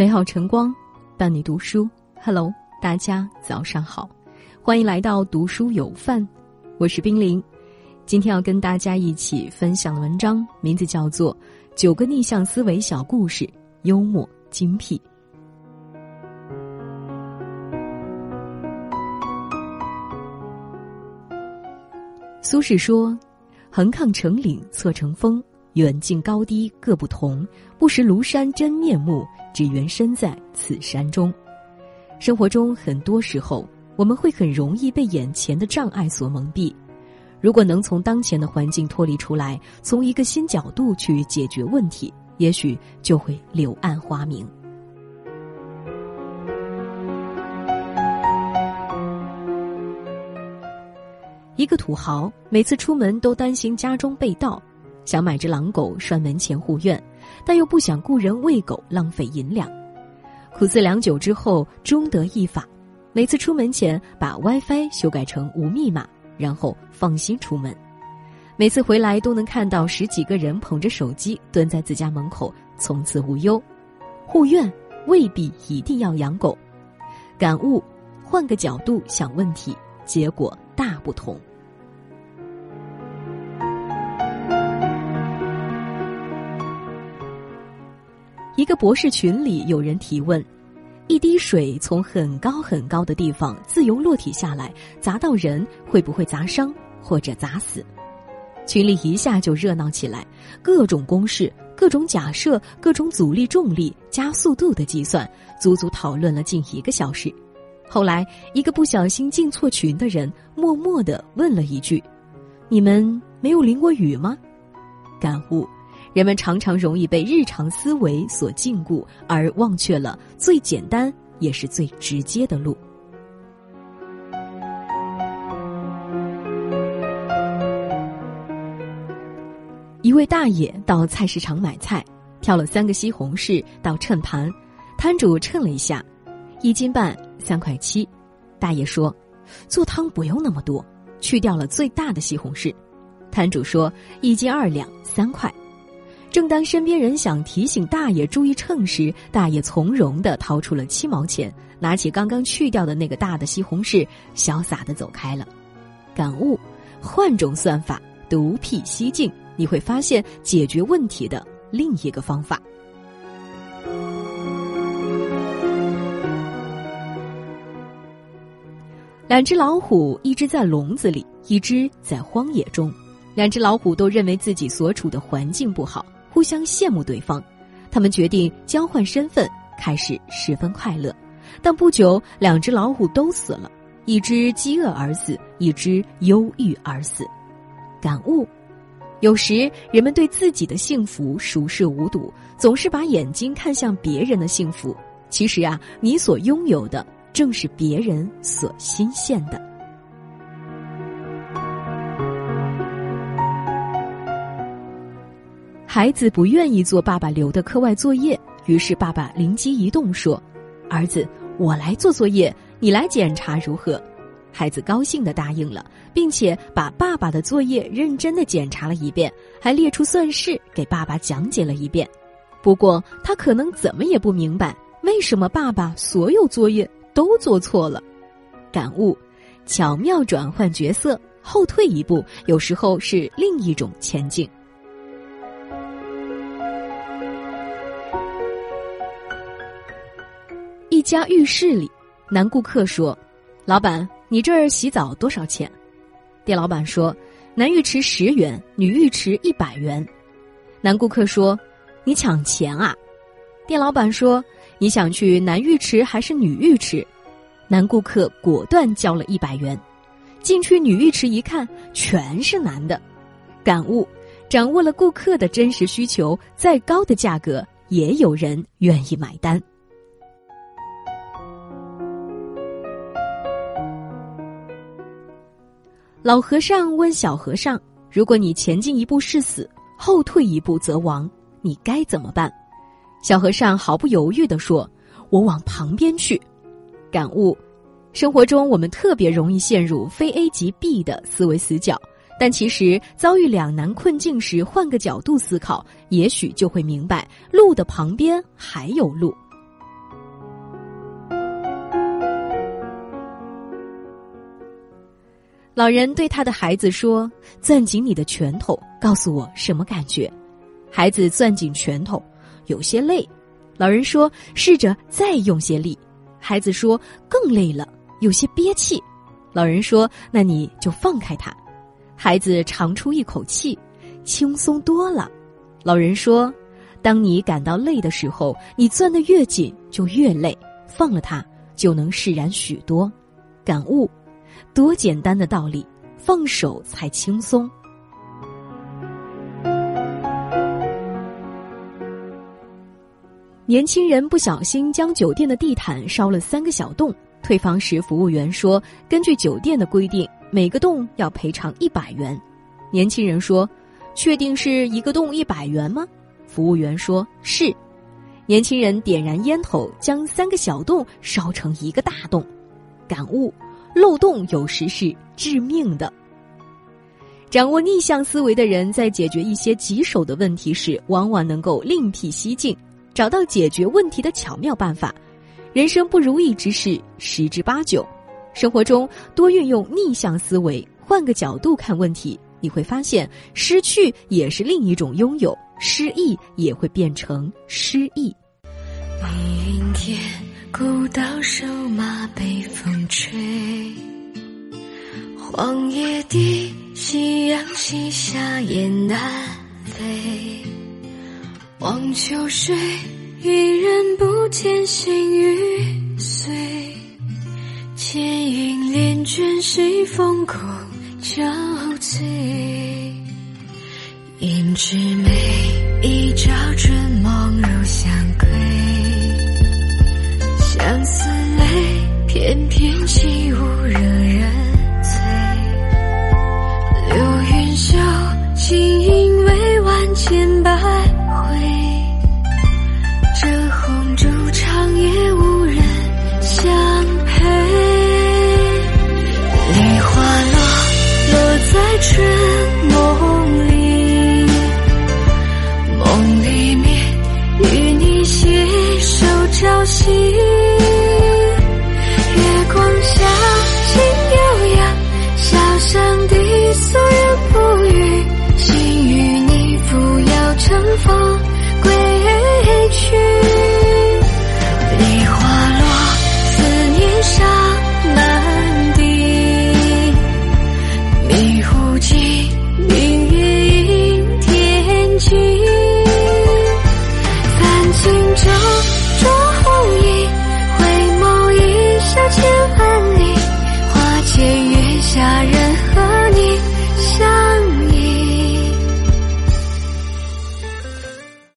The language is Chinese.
美好晨光伴你读书。 Hello， 大家早上好，欢迎来到读书有范，我是冰凌。今天要跟大家一起分享的文章名字叫做9个逆向思维小故事，幽默精辟。苏轼说，横抗成岭侧成峰，远近高低各不同，不识庐山真面目，只缘身在此山中。生活中很多时候，我们会很容易被眼前的障碍所蒙蔽。如果能从当前的环境脱离出来，从一个新角度去解决问题，也许就会柳暗花明。一个土豪每次出门都担心家中被盗，想买只狼狗拴门前护院，但又不想雇人喂狗浪费银两。苦思良久之后，终得一法，每次出门前把 WiFi 修改成无密码，然后放心出门。每次回来都能看到10几个人捧着手机蹲在自家门口，从此无忧。护院未必一定要养狗。感悟：换个角度想问题，结果大不同。一个博士群里有人提问，一滴水从很高很高的地方自由落体下来，砸到人会不会砸伤或者砸死？群里一下就热闹起来，各种公式、各种假设、各种阻力重力、加速度的计算，足足讨论了近1个小时。后来一个不小心进错群的人默默地问了一句，你们没有淋过雨吗？感悟：人们常常容易被日常思维所禁锢，而忘却了最简单也是最直接的路。一位大爷到菜市场买菜，挑了3个西红柿到称盘，摊主称了一下，1斤半3块7。大爷说，做汤不用那么多，去掉了最大的西红柿。摊主说1斤2两3块。正当身边人想提醒大爷注意称时，大爷从容地掏出了7毛钱，拿起刚刚去掉的那个大的西红柿，潇洒地走开了。感悟：换种算法，独辟蹊径，你会发现解决问题的另一个方法。2只老虎，一只在笼子里，一只在荒野中。2只老虎都认为自己所处的环境不好，互相羡慕对方。他们决定交换身份，开始十分快乐。但不久，2只老虎都死了，一只饥饿而死，一只忧郁而死。感悟：有时人们对自己的幸福熟视无睹，总是把眼睛看向别人的幸福。其实啊，你所拥有的正是别人所欣羡的。孩子不愿意做爸爸留的课外作业，于是爸爸灵机一动说，儿子，我来做作业，你来检查如何？孩子高兴地答应了，并且把爸爸的作业认真地检查了一遍，还列出算式给爸爸讲解了一遍。不过他可能怎么也不明白，为什么爸爸所有作业都做错了。感悟：巧妙转换角色，后退一步，有时候是另一种前进。一家浴室里，男顾客说，老板，你这儿洗澡多少钱？店老板说，男浴池10元，女浴池100元。男顾客说，你抢钱啊？店老板说，你想去男浴池还是女浴池？男顾客果断交了100元。进去女浴池一看，全是男的。感悟：掌握了顾客的真实需求，再高的价格也有人愿意买单。老和尚问小和尚，如果你前进一步是死，后退一步则亡，你该怎么办？小和尚毫不犹豫地说，我往旁边去。感悟：生活中我们特别容易陷入非 A 即 B 的思维死角，但其实遭遇两难困境时，换个角度思考，也许就会明白路的旁边还有路。 老人对他的孩子说：攥紧你的拳头，告诉我什么感觉。孩子攥紧拳头，有些累。老人说：试着再用些力。孩子说：更累了，有些憋气。老人说：那你就放开他。孩子长出一口气，轻松多了。老人说：当你感到累的时候，你攥得越紧就越累，放了它就能释然许多。感悟，多简单的道理，放手才轻松。年轻人不小心将酒店的地毯烧了3个小洞，退房时服务员说，根据酒店的规定，每个洞要赔偿100元。年轻人说：确定是一个洞100元吗？服务员说：是。年轻人点燃烟头，将3个小洞烧成一个大洞。感悟，漏洞有时是致命的。掌握逆向思维的人，在解决一些棘手的问题时，往往能够另辟蹊径，找到解决问题的巧妙办法。人生不如意之事10之8九。生活中多运用逆向思维，换个角度看问题，你会发现失去也是另一种拥有，失意也会变成诗意。 密云天，古道瘦马被风吹，荒野地，夕阳西下雁南飞。望秋水，渔人不见行雨碎。千云连卷，西风空酒醉。胭脂眉，一朝春梦如相归。相思泪，翩翩起舞惹人醉。流云袖，轻盈委婉千百回。这红烛长夜无人相陪。梨花落，落在春